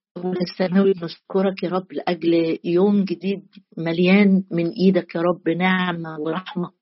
السماوي نشكرك يا رب لأجل يوم جديد مليان من إيدك يا رب نعمة ورحمة.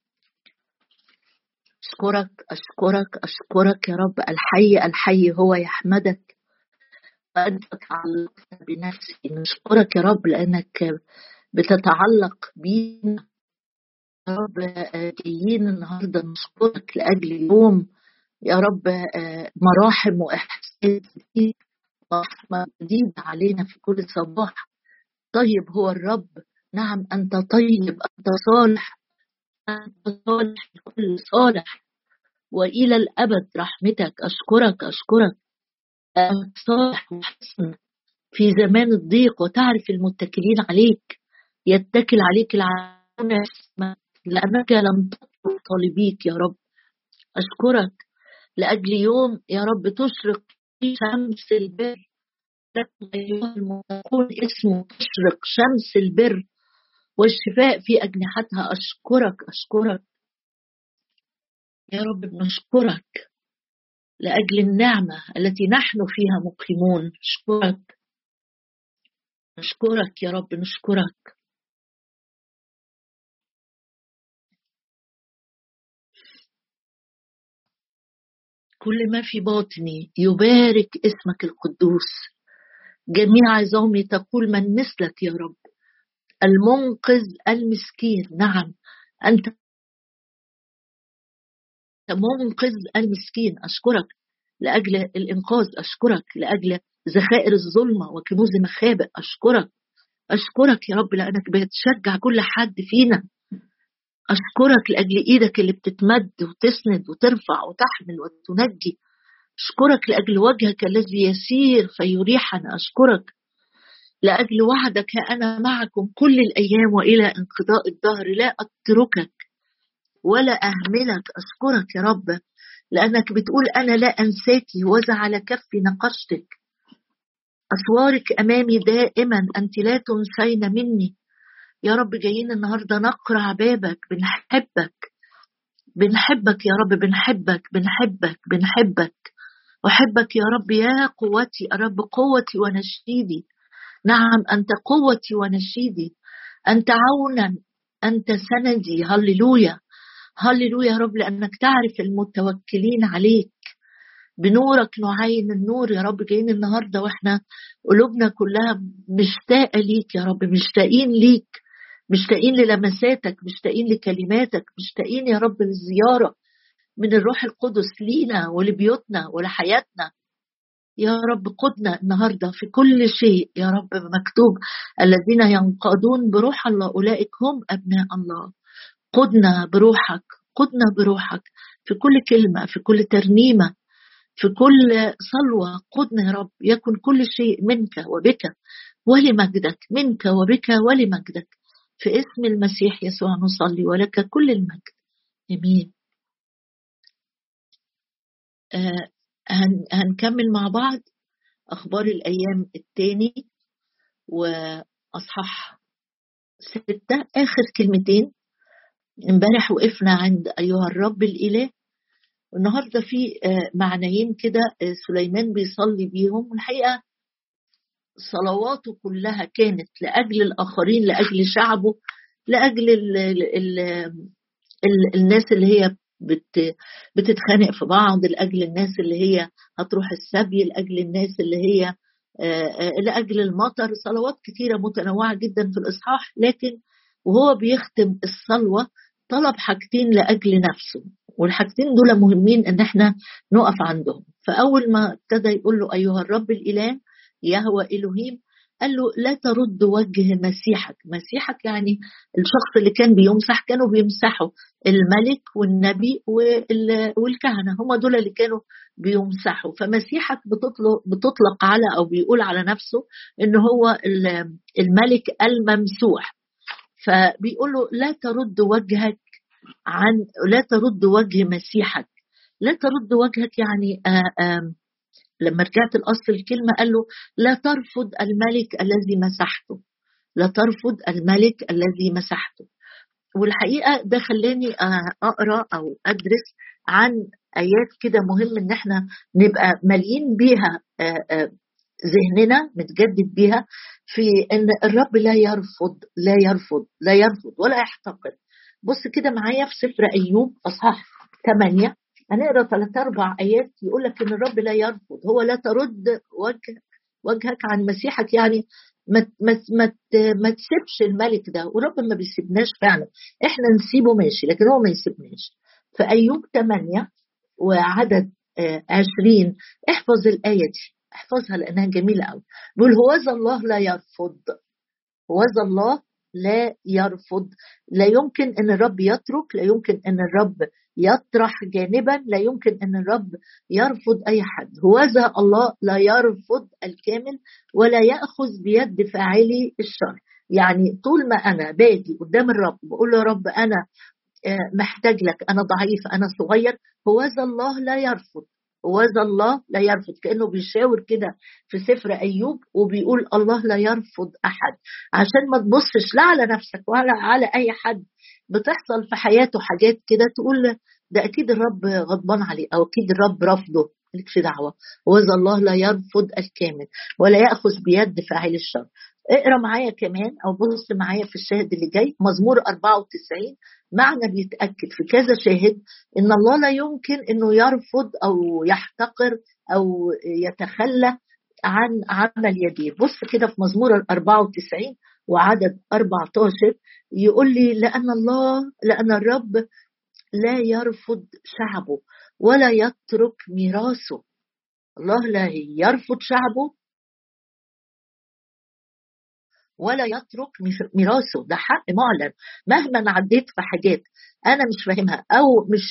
أشكرك أشكرك أشكرك يا رب، الحي الحي هو يحمدك وأنت تعلقت بنفسي. نشكرك يا رب لأنك بتتعلق بينا يا رب. جايين النهاردة نشكرك لأجل يوم يا رب مراحم وإحساس جديد ورحمة جديدة علينا في كل صباح. طيب هو الرب، نعم أنت طيب، أنت صالح، أنت صالح كل صالح وإلى الأبد رحمتك. أشكرك أشكرك، أنت صالح وحسن في زمان الضيق وتعرف المتكلين عليك. يتكل عليك العالم لأنك لم تطلب طالبيك يا رب. أشكرك لأجل يوم يا رب تشرق في شمس البر، أيها المتقون اسمه تشرق شمس البر والشفاء في أجنحتها. أشكرك أشكرك يا رب، بنشكرك لأجل النعمة التي نحن فيها مقيمون. نشكرك نشكرك يا رب، نشكرك. كل ما في باطني يبارك اسمك القدوس. جميع عظامي تقول من مثلك يا رب، المنقذ المسكين. نعم أنت منقذ المسكين. أشكرك لأجل الإنقاذ، أشكرك لأجل ذخائر الظلمة وكنوز مخابئ. أشكرك أشكرك يا رب لأنك بتشجع كل حد فينا. أشكرك لأجل إيدك اللي بتتمد وتسند وترفع وتحمل وتنجي. أشكرك لأجل وجهك الذي يسير فيريحنا. أشكرك لأجل وعدك، أنا معكم كل الأيام وإلى انقضاء الدهر، لا أتركك ولا أهملك. أشكرك يا رب لأنك بتقول أنا لا أنساك وإذا على كفي نقشتك. أسوارك أمامي دائما، أنت لا تنسين مني. يا رب جايين النهاردة نقرع بابك، بنحبك بنحبك يا رب، بنحبك بنحبك بنحبك. أحبك يا رب يا قوتي، يا رب قوتي ونشيدي. نعم أنت قوتي ونشيدي، أنت عونا، أنت سندي. هللويا هللويا يا رب لأنك تعرف المتوكلين عليك. بنورك نعين النور يا رب. جايين النهاردة وإحنا قلوبنا كلها مشتاقة ليك يا رب، مشتاقين ليك، مشتاقين للمساتك، مشتاقين لكلماتك، مشتاقين يا رب للزيارة من الروح القدس لينا ولبيوتنا ولحياتنا. يا رب قدنا النهاردة في كل شيء يا رب. مكتوب الذين ينقادون بروح الله أولئك هم أبناء الله. قدنا بروحك، قدنا بروحك في كل كلمة، في كل ترنيمة، في كل صلوة. قدنا يا رب، يكن كل شيء منك وبك ولمجدك، منك وبك ولمجدك. في اسم المسيح يسوع نصلي ولك كل المجد، امين. هنكمل مع بعض اخبار الايام الثاني واصحاح 6 اخر كلمتين. امبارح وقفنا عند ايها الرب الاله، والنهارده في معنيين كده سليمان بيصلي بيهم. والحقيقه صلواته كلها كانت لاجل الاخرين، لاجل شعبه، لاجل الناس اللي هي بتتخانق في بعض، لأجل الناس اللي هي هتروح السبي، لأجل الناس اللي هي لأجل المطر. صلوات كتيرة متنوعة جدا في الإصحاح، لكن وهو بيختم الصلوة طلب حاجتين لأجل نفسه، والحاجتين دول مهمين ان احنا نقف عندهم. فأول ما ابتدى يقول له أيها الرب الإله يهوى إلهيم، قال له لا ترد وجه مسيحك. مسيحك يعني الشخص اللي كان بيمسح، كانوا بيمسحوا الملك والنبي والكهنة، هم دول اللي كانوا بيمسحوا. فمسيحك بتطلق على أو بيقول على نفسه إن هو الملك الممسوح. فبيقول له لا ترد وجهك لا ترد وجه مسيحك. لا ترد وجهك يعني لما رجعت الأصل الكلمة قال له لا ترفض الملك الذي مسحته، لا ترفض الملك الذي مسحته. والحقيقة ده خلاني أقرأ أو أدرس عن آيات كده مهم إن احنا نبقى مليين بيها ذهننا متجدد بيها في ان الرب لا يرفض لا يرفض لا يرفض ولا يحتقر. بص كده معايا في سفر ايوب اصحاح 8، هنقرا 3-4 ايات يقول لك ان الرب لا يرفض، هو لا ترد وجهك عن مسيحك، يعني ما تسيبش الملك ده، ورب ما بيسيبناش فعلا، احنا نسيبه ماشي لكن هو ما يسيبناش. في ايوب 8 وعدد 20، احفظ الايه دي، احفظها لانها جميله قوي. بيقول هوذا الله لا يرفض، هوذا الله لا يرفض. لا يمكن ان الرب يترك، لا يمكن ان الرب يطرح جانبا، لا يمكن ان الرب يرفض اي حد. هوذا الله لا يرفض الكامل ولا ياخذ بيد فاعلي الشر. يعني طول ما انا باجي قدام الرب بقول له يا رب انا محتاج لك، أنا ضعيف، أنا صغير، هوذا الله لا يرفض، هوذا الله لا يرفض. كأنه بيشاور كده في سفر أيوب وبيقول الله لا يرفض أحد، عشان ما تبصش لا على نفسك ولا على أي حد بتحصل في حياته حاجات كده تقول ده أكيد الرب غضبان عليه أو أكيد الرب رفضه. مالكش دعوة، هوذا الله لا يرفض الكامل ولا يأخذ بيد فاعل الشر. اقرا معايا كمان او بص معايا في الشاهد اللي جاي، مزمور 94، معنى بيتأكد في كذا شاهد ان الله لا يمكن انه يرفض او يحتقر او يتخلى عن عمل يديه. بص كده في مزمور 94 وعدد 14 يقول لي لأن الرب لا يرفض شعبه ولا يترك ميراثه. الله لا يرفض شعبه ولا يترك ميراثه، ده حق معلن. مهما عديت في حاجات انا مش فاهمها او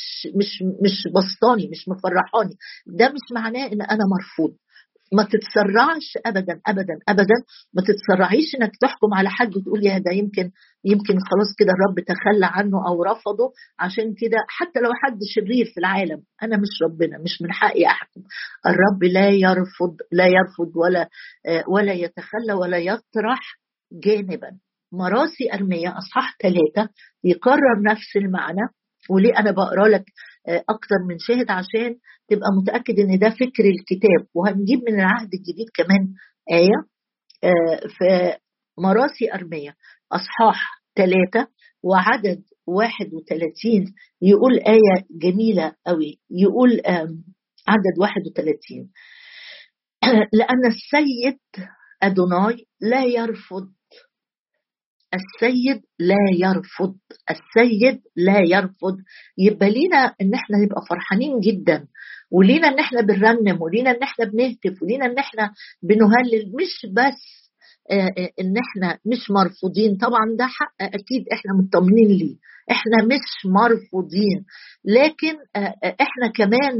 مش بسطاني مش مفرحاني، ده مش معناه ان انا مرفوض. ما تتسرعش ابدا ابدا ابدا، ما تتسرعيش انك تحكم على حد وتقول يا ده يمكن خلاص كده الرب تخلى عنه او رفضه. عشان كده حتى لو حد شرير في العالم انا مش ربنا، مش من حقي احكم. الرب لا يرفض لا يرفض ولا يتخلى ولا يطرح جانبا. مراسي أرمية أصحاح 3 يكرر نفس المعنى. وليه أنا بقرأ لك أكتر من شاهد عشان تبقى متأكد إن ده فكر الكتاب، وهنجيب من العهد الجديد كمان آية. في مراسي أرمية أصحاح 3 وعدد 31 يقول آية جميلة قوي، يقول عدد 31 لأن السيد أدوناي لا يرفض، السيد لا يرفض، السيد لا يرفض. يبقى لينا ان احنا نبقى فرحانين جدا، ولينا ان احنا بنرنم، ولينا ان احنا بنهتف، ولينا ان احنا بنهلل. مش بس ان احنا مش مرفوضين، طبعا ده حق اكيد احنا مطمنين ليه، احنا مش مرفوضين، لكن احنا كمان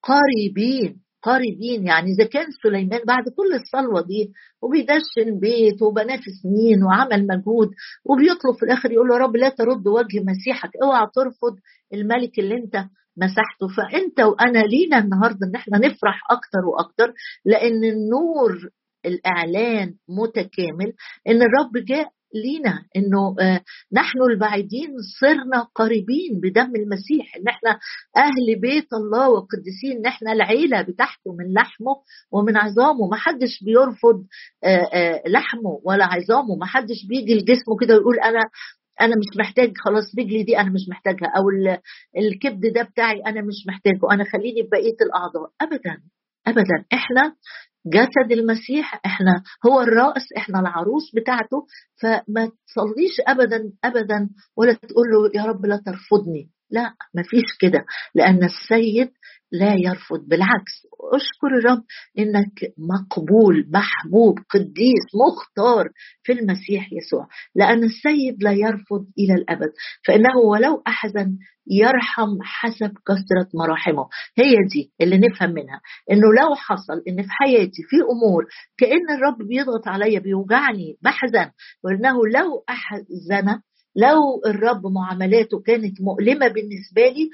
قريبين. يعني إذا كان سليمان بعد كل الصلوة دي وبيدشن بيت وبناه في سنين وعمل مجهود وبيطلب في الآخر يقول له يا رب لا ترد وجه مسيحك، اوعى ترفض الملك اللي انت مسحته. فانت وانا لينا النهارده ان احنا نفرح اكتر واكتر، لان النور الاعلان متكامل ان الرب جاء لينا، انه نحن البعيدين صرنا قريبين بدم المسيح، ان احنا اهل بيت الله وقدسين، ان احنا العيله بتاعته من لحمه ومن عظامه. ما حدش بيرفض لحمه ولا عظامه، ما حدش بيجي لجسمه كده ويقول انا مش محتاج، خلاص رجلي دي انا مش محتاجها، او الكبد ده بتاعي انا مش محتاجه، انا خليني ببقيه الاعضاء. ابدا ابدا، احنا جسد المسيح، احنا هو الرأس، احنا العروس بتاعته. فما تصليش ابدا ابدا ولا تقول له يا رب لا ترفضني، لا مفيش كده، لان السيد لا يرفض، بالعكس اشكر الرب انك مقبول محبوب قديس مختار في المسيح يسوع، لان السيد لا يرفض الى الابد، فانه ولو احزن يرحم حسب كثرة مراحمه. هي دي اللي نفهم منها، انه لو حصل ان في حياتي في امور كأن الرب بيضغط عليا بيوجعني بحزن، وانه لو احزن، لو الرب معاملاته كانت مؤلمة بالنسبة لي،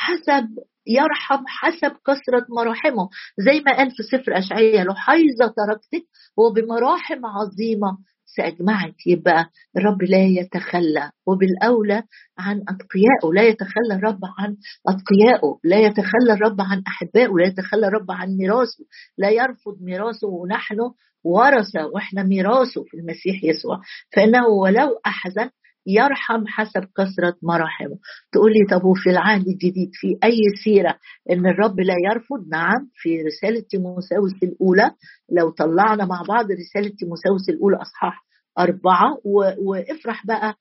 يرحم حسب كثرة مراحمه. زي ما قال في سفر أشعياء لحيظة تركتك وبمراحم عظيمة سأجمعك. يبقى الرب لا يتخلى، وبالأولى عن أتقيائه. لا يتخلى الرب عن أتقيائه، لا يتخلى الرب عن أحبائه، لا يتخلى الرب عن ميراثه، لا يرفض ميراثه. ونحن ورثة، وإحنا ميراثه في المسيح يسوع. فإنه ولو أحزن يرحم حسب كثرة مراحمه. تقول لي طب وفي العهد الجديد في أي سيرة إن الرب لا يرفض؟ نعم، في رسالة تيموثاوس الأولى. لو طلعنا مع بعض رسالة تيموثاوس الأولى أصحاح 4 وافرح بقى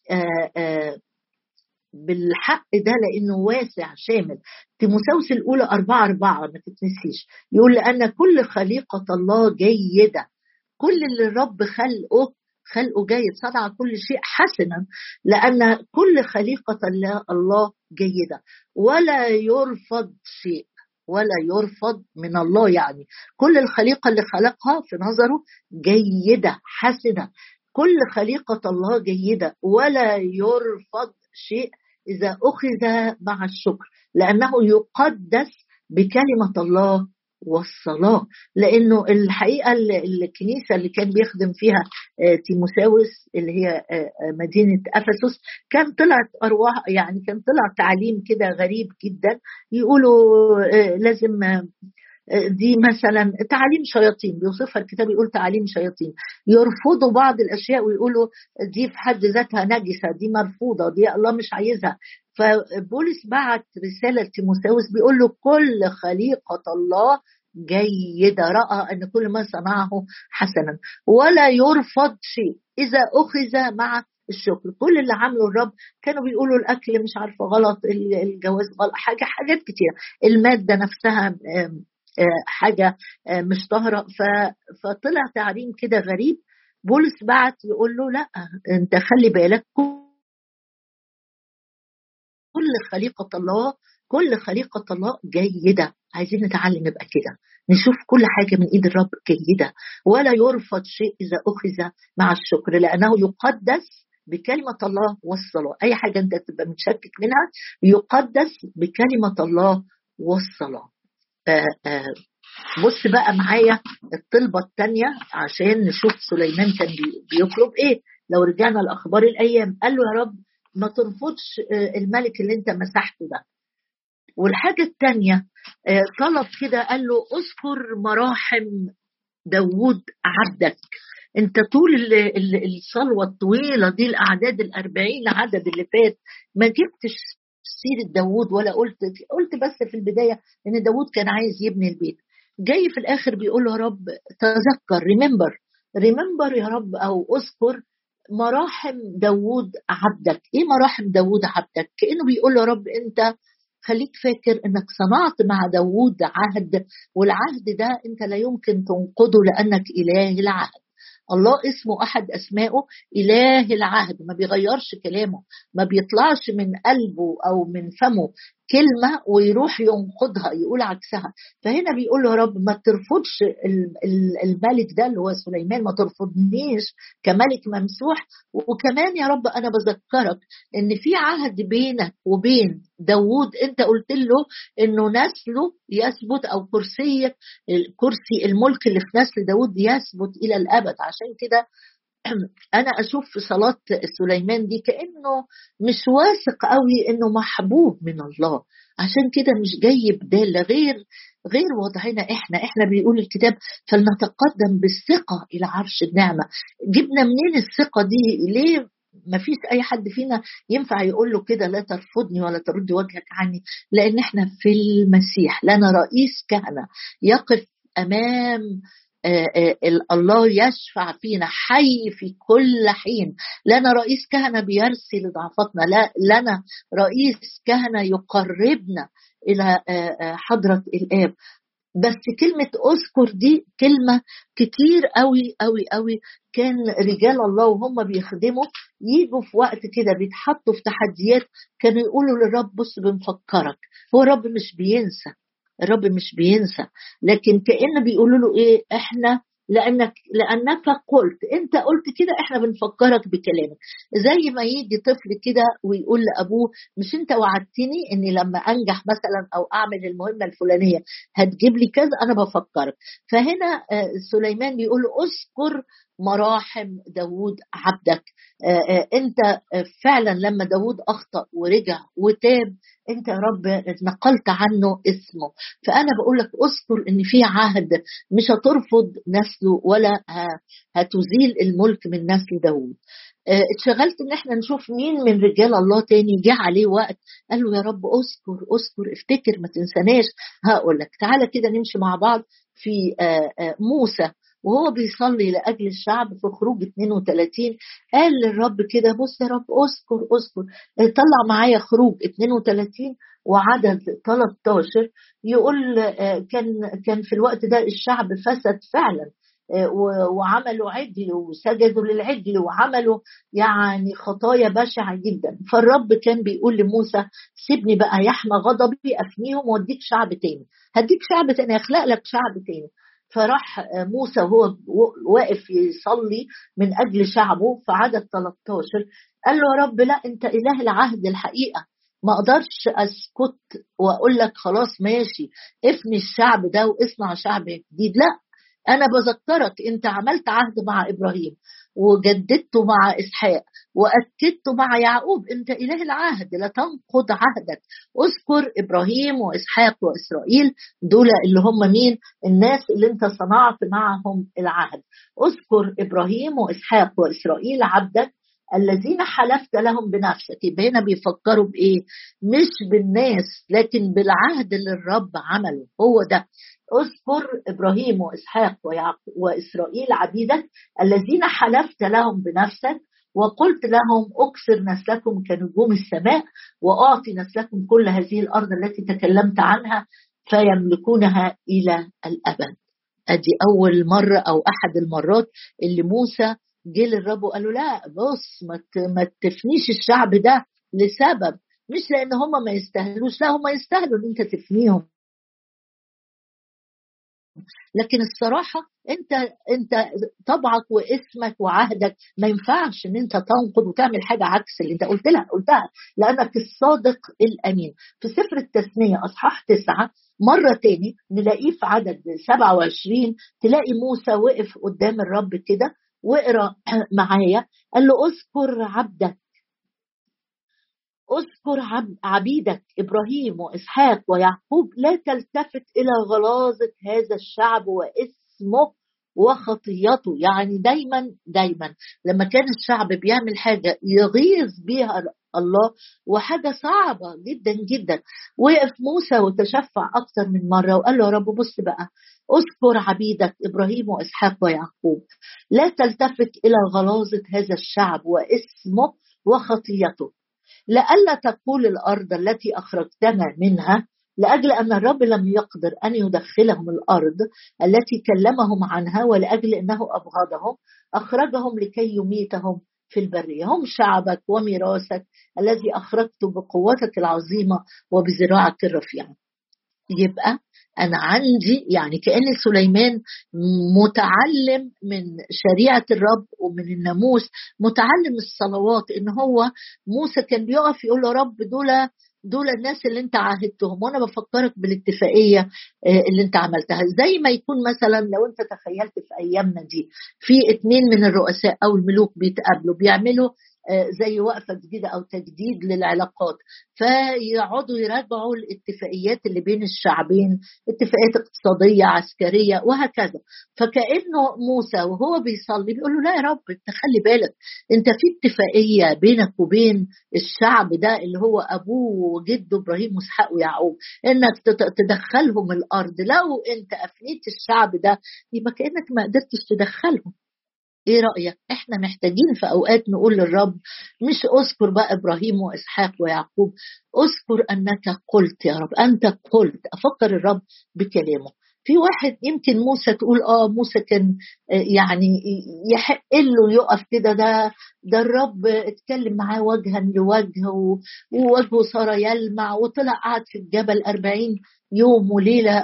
بالحق ده لأنه واسع شامل. تيموثاوس الأولى 4:4 ما تتنسيش، يقول لأن كل خليقة الله جيدة. كل اللي الرب خلقه جيد، صنع كل شيء حسنا، لأن كل خليقة الله جيدة ولا يرفض شيء، ولا يرفض من الله. يعني كل الخليقة اللي خلقها في نظره جيدة حسنة. كل خليقة الله جيدة ولا يرفض شيء إذا أخذ مع الشكر، لأنه يقدس بكلمة الله والصلاة. لأنه الحقيقة الكنيسة اللي كان بيخدم فيها تيموثاوس اللي هي مدينة أفسس، كان طلعت أرواح، يعني كان طلع تعليم كده غريب جدا. يقولوا لازم دي مثلا تعاليم شياطين، بيوصفها الكتاب يقول تعاليم شياطين. يرفضوا بعض الأشياء ويقولوا دي في حد ذاتها نجسة، دي مرفوضة، دي الله مش عايزها. فبولس بعت رسالة تيموثاوس بيقول له كل خليقة الله جيدة، رأى أن كل ما صنعه حسنا ولا يرفض شيء إذا أخذ مع الشكر. كل اللي عمله الرب، كانوا بيقولوا الأكل مش عارفة غلط، الجواز غلط، حاجات كتير، المادة نفسها حاجة مش طاهرة. فطلع تعليم كده غريب. بولس بعت يقول له لا، انت خلي بالك، كل خليقة الله جيدة. عايزين نتعلم نبقى كده، نشوف كل حاجة من إيد الرب جيدة، ولا يرفض شيء إذا أخذ مع الشكر، لأنه يقدس بكلمة الله والصلاة. أي حاجة أنت تبقى متشكك منها يقدس بكلمة الله والصلاة. بص بقى معايا الطلبة التانية عشان نشوف سليمان كان بيطلب إيه. لو رجعنا لأخبار الأيام، قال له يا رب ما ترفضش الملك اللي انت مسحته ده. والحاجة التانية طلب كده، قال له اذكر مراحم داود عبدك. انت طول الصلوة الطويلة دي، الأعداد 40 عدد اللي فات، ما جبتش سيرة داود ولا قلت بس في البداية ان داود كان عايز يبني البيت. جاي في الآخر بيقول له يا رب تذكر، ريمبر يا رب، أو اذكر مراحم داود عبدك. ايه مراحم داود عبدك؟ كأنه بيقول له يا رب انت خليك فاكر انك صنعت مع داود عهد، والعهد ده انت لا يمكن تنقضه لانك اله العهد. الله اسمه احد اسمائه اله العهد، ما بيغيرش كلامه، ما بيطلعش من قلبه او من فمه كلمة ويروح ينقضها يقول عكسها. فهنا بيقول له يا رب ما ترفضش الملك ده اللي هو سليمان، ما ترفضنيش كملك ممسوح. وكمان يا رب أنا بذكرك إن في عهد بينك وبين داود، أنت قلت له إنه نسله يثبت، أو كرسي الملك اللي في نسل داود يثبت إلى الأبد. عشان كده أنا أشوف في صلاة سليمان دي كأنه مش واثق قوي إنه محبوب من الله. عشان كده مش جاي بدالة غير وضعنا إحنا بيقول الكتاب فلنتقدم بالثقة إلى عرش النعمة. جبنا منين الثقة دي؟ ليه ما فيش أي حد فينا ينفع يقول له كده لا ترفضني ولا ترد وجهك عني؟ لأن إحنا في المسيح لنا رئيس كهنة يقف أمام الله يشفع فينا حي في كل حين. لنا رئيس كهنة بيرسي لضعفتنا، لنا رئيس كهنة يقربنا إلى حضرة الآب. بس كلمة أذكر دي كلمة كتير قوي قوي قوي. كان رجال الله وهم بيخدموا يجوا في وقت كده بيتحطوا في تحديات، كانوا يقولوا للرب بص بنفكرك. هو الرب مش بينسى، الرب مش بينسى، لكن كأنه بيقولوا له ايه، احنا لأنك قلت، انت قلت كده، احنا بنفكرك بكلامك. زي ما يجي طفل كده ويقول لأبوه مش انت وعدتني اني لما انجح مثلا او اعمل المهمة الفلانية هتجيب لي كذا، انا بفكرك. فهنا سليمان بيقول اذكر مراحم داود عبدك. انت فعلا لما داود اخطأ ورجع وتاب، انت يا رب نقلت عنه اسمه. فانا بقول لك اذكر ان في عهد مش هترفض نسله ولا هتزيل الملك من نسل داود. اتشغلت ان احنا نشوف مين من رجال الله تاني جه عليه وقت قال له يا رب اذكر اذكر افتكر ما تنساناش. هقول لك تعالى كده نمشي مع بعض في موسى وهو بيصلي لأجل الشعب في خروج 32. قال للرب كده بص يا رب اذكر اذكر. طلع معايا خروج 32 وعدد 13. يقول كان في الوقت ده الشعب فسد فعلا، وعملوا عجل وسجدوا للعجل وعملوا يعني خطايا بشعة جدا. فالرب كان بيقول لموسى سيبني بقى يحمى غضبي أفنيهم واديك شعب تاني، هديك شعب تاني، اخلق لك شعب تاني. فراح موسى وهو واقف يصلي من أجل شعبه في عدد 13 قال له يا رب لا أنت إله العهد الحقيقة، ما أقدرش أسكت وأقول لك خلاص ماشي افني الشعب ده واصنع شعب جديد. لا، أنا بذكرك أنت عملت عهد مع إبراهيم وجددته مع إسحاق وأكدته مع يعقوب، أنت إله العهد لا تنقض عهدك. اذكر إبراهيم وإسحاق وإسرائيل، دول اللي هم مين؟ الناس اللي أنت صنعت معهم العهد. اذكر إبراهيم وإسحاق وإسرائيل عبدك الذين حلفت لهم بنفسك. يبقى هنا بيفكروا بإيه؟ مش بالناس لكن بالعهد اللي الرب عمله هو ده. اذكر إبراهيم وإسحاق وإسرائيل عبيدك الذين حلفت لهم بنفسك وقلت لهم أكثر نسلكم كنجوم السماء وأعطي نسلكم كل هذه الأرض التي تكلمت عنها فيملكونها إلى الأبد. أدي أول مرة أو أحد المرات اللي موسى جه للرب وقال له لا بص ما تفنيش الشعب ده لسبب، مش لأن هم ما يستاهلوش، لا هم يستاهلوا أن أنت تفنيهم، لكن الصراحة انت طبعك واسمك وعهدك ما ينفعش ان انت تنقض وتعمل حاجة عكس اللي انت قلتها لانك الصادق الامين. في سفر التثنية اصحاح 9 مرة تاني نلاقيه في عدد 27 تلاقي موسى وقف قدام الرب كده واقرا معايا. قال له اذكر عبدك، اذكر عبيدك إبراهيم وإسحاق ويعقوب لا تلتفت إلى غلاظة هذا الشعب واسمه وخطيته. يعني دايما لما كان الشعب بيعمل حاجة يغيظ بيها الله وحاجة صعبة جدا جدا، وقف موسى وتشفع أكثر من مرة وقال له يا رب بص بقى اذكر عبيدك إبراهيم وإسحاق ويعقوب لا تلتفت إلى غلاظة هذا الشعب واسمه وخطيته، لئلا تقول الأرض التي أخرجتنا منها، لأجل أن الرب لم يقدر أن يدخلهم الأرض التي كلمهم عنها، ولأجل أنه أبغضهم أخرجهم لكي يميتهم في البرية. هم شعبك وميراثك الذي أخرجته بقوتك العظيمة وبذراعك الرفيعة. يبقى أنا عندي يعني كأن سليمان متعلم من شريعة الرب ومن الناموس، متعلم الصلوات. إن هو موسى كان بيقف يقول له رب دول الناس اللي انت عاهدتهم، وانا بفكرك بالاتفاقية اللي انت عملتها. زي ما يكون مثلا لو انت تخيلت في ايامنا دي في 2 من الرؤساء او الملوك بيتقابلوا بيعملوا زي وقفة جديدة أو تجديد للعلاقات، فيقعدوا يراجعوا الاتفاقيات اللي بين الشعبين، اتفاقيات اقتصادية عسكرية وهكذا. فكأنه موسى وهو بيصلي بيقول له لا يا رب انت خلي بالك، انت في اتفاقية بينك وبين الشعب ده اللي هو أبوه وجده إبراهيم وإسحاق ويعقوب انك تدخلهم الأرض. لو انت أفنيت الشعب ده يبقى كأنك ما قدرتش تدخلهم. ايه رأيك؟ احنا محتاجين في اوقات نقول للرب مش اذكر بقى ابراهيم واسحاق ويعقوب، اذكر انك قلت يا رب، انت قلت. افكر الرب بكلامه. في واحد يمكن موسى تقول موسى كان يعني يحق له يقف كده، ده الرب اتكلم معاه وجها لوجه ووجهه صار يلمع وطلع قعد في الجبل 40 يوم وليلة.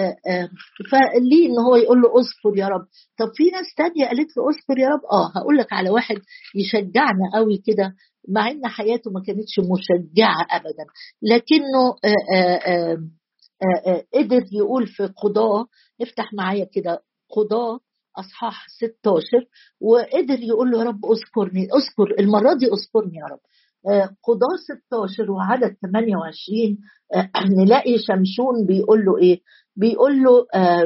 فليه ان هو يقول له اذكر يا رب؟ طب في ناس تانية قالت له اذكر يا رب. هقول لك على واحد يشجعنا قوي كده، مع ان حياته ما كانتش مشجعة ابدا، لكنه قدر يقول في قضاة. افتح معايا كده قضاة أصحاح 16 وقدر يقول له يا رب اذكرني، اذكر المرة دي، اذكرني يا رب. قضاة 16 وعدد 28 نلاقي شمشون بيقول له ايه؟ بيقول له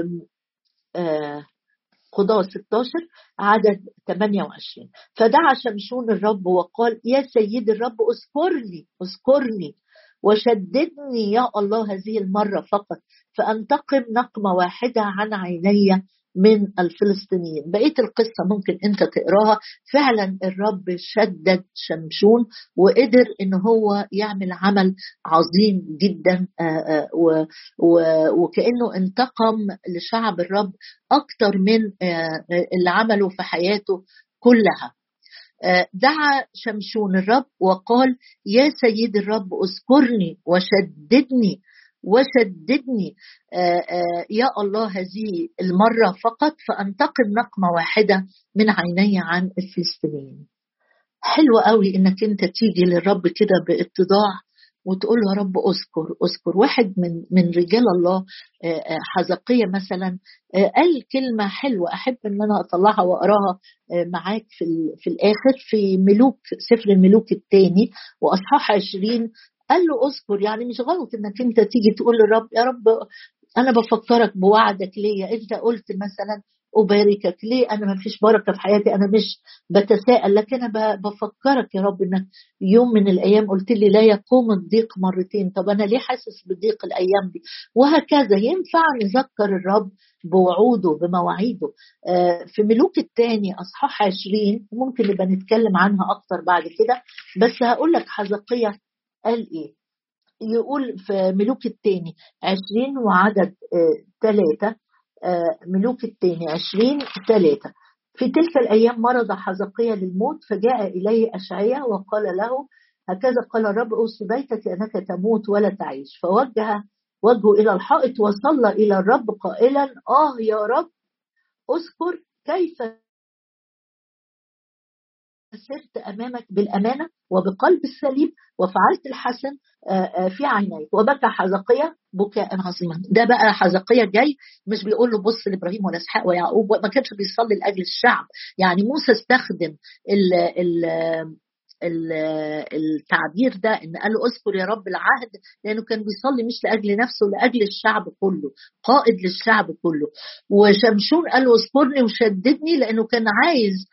قضاة 16 عدد 28 فدعا شمشون الرب وقال يا سيد الرب اذكرني، اذكرني وشددني يا الله هذه المرة فقط، فأنتقم نقمة واحدة عن عيني من الفلسطينيين. بقية القصة ممكن انت تقراها. فعلا الرب شدد شمشون وقدر ان هو يعمل عمل عظيم جدا، وكأنه انتقم لشعب الرب أكتر من اللي عمله في حياته كلها. دعا شمشون الرب وقال يا سيد الرب اذكرني وشددني وشددني يا الله هذه المرة فقط، فأنتقم نقمة واحدة من عيني عن الفلسطينيين. حلو قوي انك انت تيجي للرب كده باتضاع وتقول له يا رب اذكر اذكر. واحد من رجال الله حزقية مثلا قال كلمة حلوة أحب ان انا اطلعها واقراها معاك في الاخر في ملوك، سفر الملوك الثاني واصحاح 20. قال له اذكر، يعني مش غلط انك انت تيجي تقول للرب يا رب انا بفكرك بوعدك ليا، انت قلت مثلا أباركك، ليه أنا ما فيش بركة في حياتي؟ أنا مش بتساءل، لكن أنا بفكرك يا رب إنك يوم من الأيام قلت لي لا يقوم الضيق مرتين، طب أنا ليه حاسس بضيق الأيام دي؟ وهكذا ينفع نذكر الرب بوعوده بمواعيده. في ملوك الثاني أصحاح 20 ممكن نبقى نتكلم عنها أكتر بعد كده، بس هقول لك حزقية قال إيه. يقول في ملوك الثاني 20 وعدد 3، ملوك الثاني 20:3 في تلك الأيام مرض حزقية للموت فجاء إليه أشعياء وقال له هكذا قال الرب أوصي بيتك أنك تموت ولا تعيش. فوجه وجهه إلى الحائط وصلى إلى الرب قائلا يا رب أذكر كيف سرت أمامك بالأمانة وبقلب السليم وفعلت الحسن في عينيك. وبكى حزقية بكاء عظيما. ده بقى حزقية جاي مش بيقول له بص لإبراهيم ولا إسحاق ويعقوب، ما كانش بيصلي لأجل الشعب. يعني موسى استخدم التعبير ده ان قال له اذكر يا رب العهد، لانه كان بيصلي مش لاجل نفسه، لاجل الشعب كله، قائد للشعب كله. وشمشون قال له اذكرني وشددني، لانه كان عايز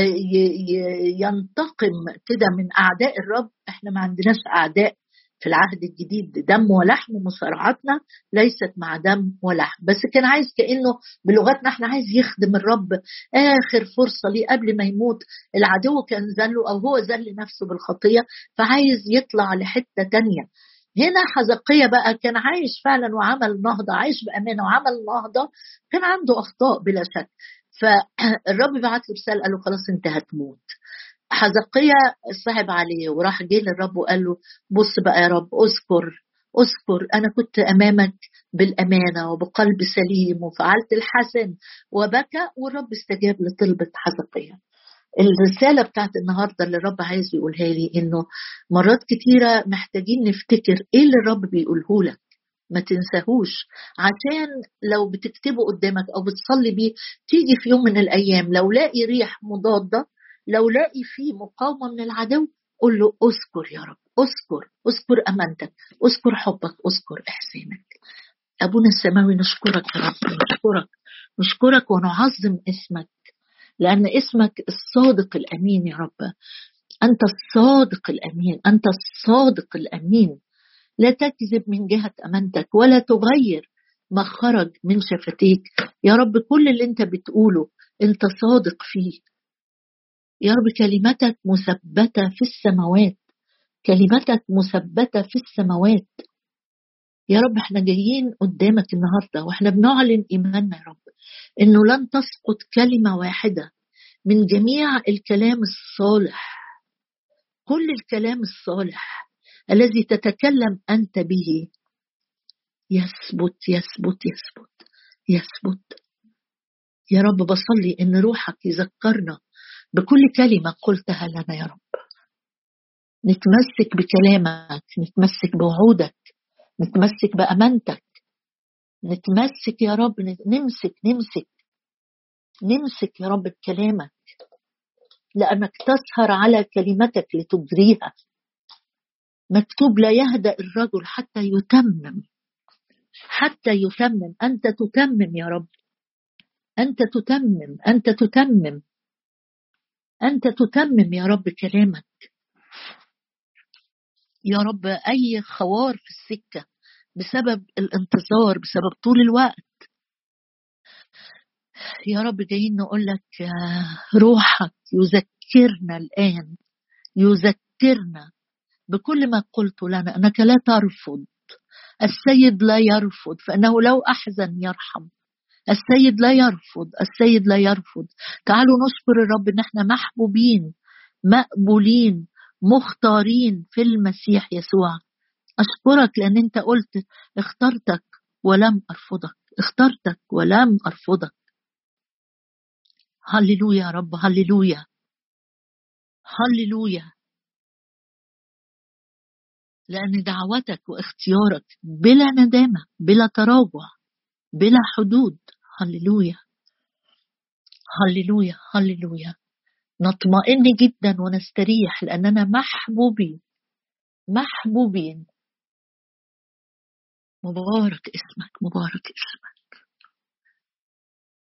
ينتقم كده من اعداء الرب. احنا ما عندناش اعداء في العهد الجديد دم ولحم، مصارعتنا ليست مع دم ولحم، بس كان عايز كأنه بلغتنا احنا عايز يخدم الرب آخر فرصة ليه قبل ما يموت. العدو كان ذله أو هو ذل نفسه بالخطية، فعايز يطلع لحتة تانية. هنا حزقية بقى كان عايش فعلا وعمل نهضة، عايش بأمانة وعمل نهضة، كان عنده أخطاء بلا شك. فالرب بعت له رسالة قال له خلاص انت هتموت. حزقية صعب عليه وراح جه للرب وقال له بص بقى يا رب اذكر أنا كنت أمامك بالأمانة وبقلب سليم وفعلت الحسن. وبكى والرب استجاب لطلبة حزقية. الرسالة بتاعت النهاردة اللي الرب عايز يقولها لي إنه مرات كتيرة محتاجين نفتكر إيه اللي الرب بيقوله لك، ما تنساهوش، عشان لو بتكتبه قدامك أو بتصلي بيه تيجي في يوم من الأيام لو لاقي ريح مضادة، لو لاقي فيه مقاومة من العدو، قل له اذكر يا رب، اذكر أمانتك، اذكر حبك، اذكر إحسانك. أبونا السماوي نشكرك يا رب، نشكرك ونعظم اسمك، لأن اسمك الصادق الأمين يا رب. أنت الصادق الأمين، أنت الصادق الأمين، لا تكذب من جهة أمانتك ولا تغير ما خرج من شفتيك يا رب. كل اللي انت بتقوله انت صادق فيه يا رب. كلمتك مثبتة في السماوات، كلمتك مثبتة في السماوات يا رب. احنا جايين قدامك النهاردة واحنا بنعلن إيماننا يا رب انه لن تسقط كلمة واحدة من جميع الكلام الصالح. كل الكلام الصالح الذي تتكلم أنت به يثبت يثبت يثبت يثبت يا رب. بصلي إن روحك يذكرنا بكل كلمة قلتها لنا يا رب. نتمسك بكلامك، نتمسك بوعودك، نتمسك بأمانتك، نتمسك يا رب، نمسك نمسك يا رب بكلامك، لأنك تسهر على كلمتك لتجريها. مكتوب لا يهدأ الرجل حتى يتمم، حتى يتمم. أنت تتمم يا رب، أنت تتمم، أنت تتمم، أنت تتمم يا رب كلامك. يا رب أي خوار في السكة بسبب الانتظار، بسبب طول الوقت، يا رب جايين نقول لك روحك يذكرنا الآن، يذكرنا بكل ما قلت لنا أنك لا ترفض. السيد لا يرفض، فإنه لو أحزن يرحم. السيد لا يرفض، السيد لا يرفض. تعالوا نشكر الرب إن احنا محبوبين، مقبولين، مختارين في المسيح يسوع. أشكرك لأن أنت قلت اخترتك ولم أرفضك، اخترتك ولم أرفضك. هللويا يا رب، هللويا، هللويا. لأن دعوتك واختيارك بلا ندامة، بلا تراجع، بلا حدود. هللويا، هللويا، هللويا. نطمئن جدا ونستريح لأننا محبوبين، محبوبين. مبارك اسمك، مبارك اسمك.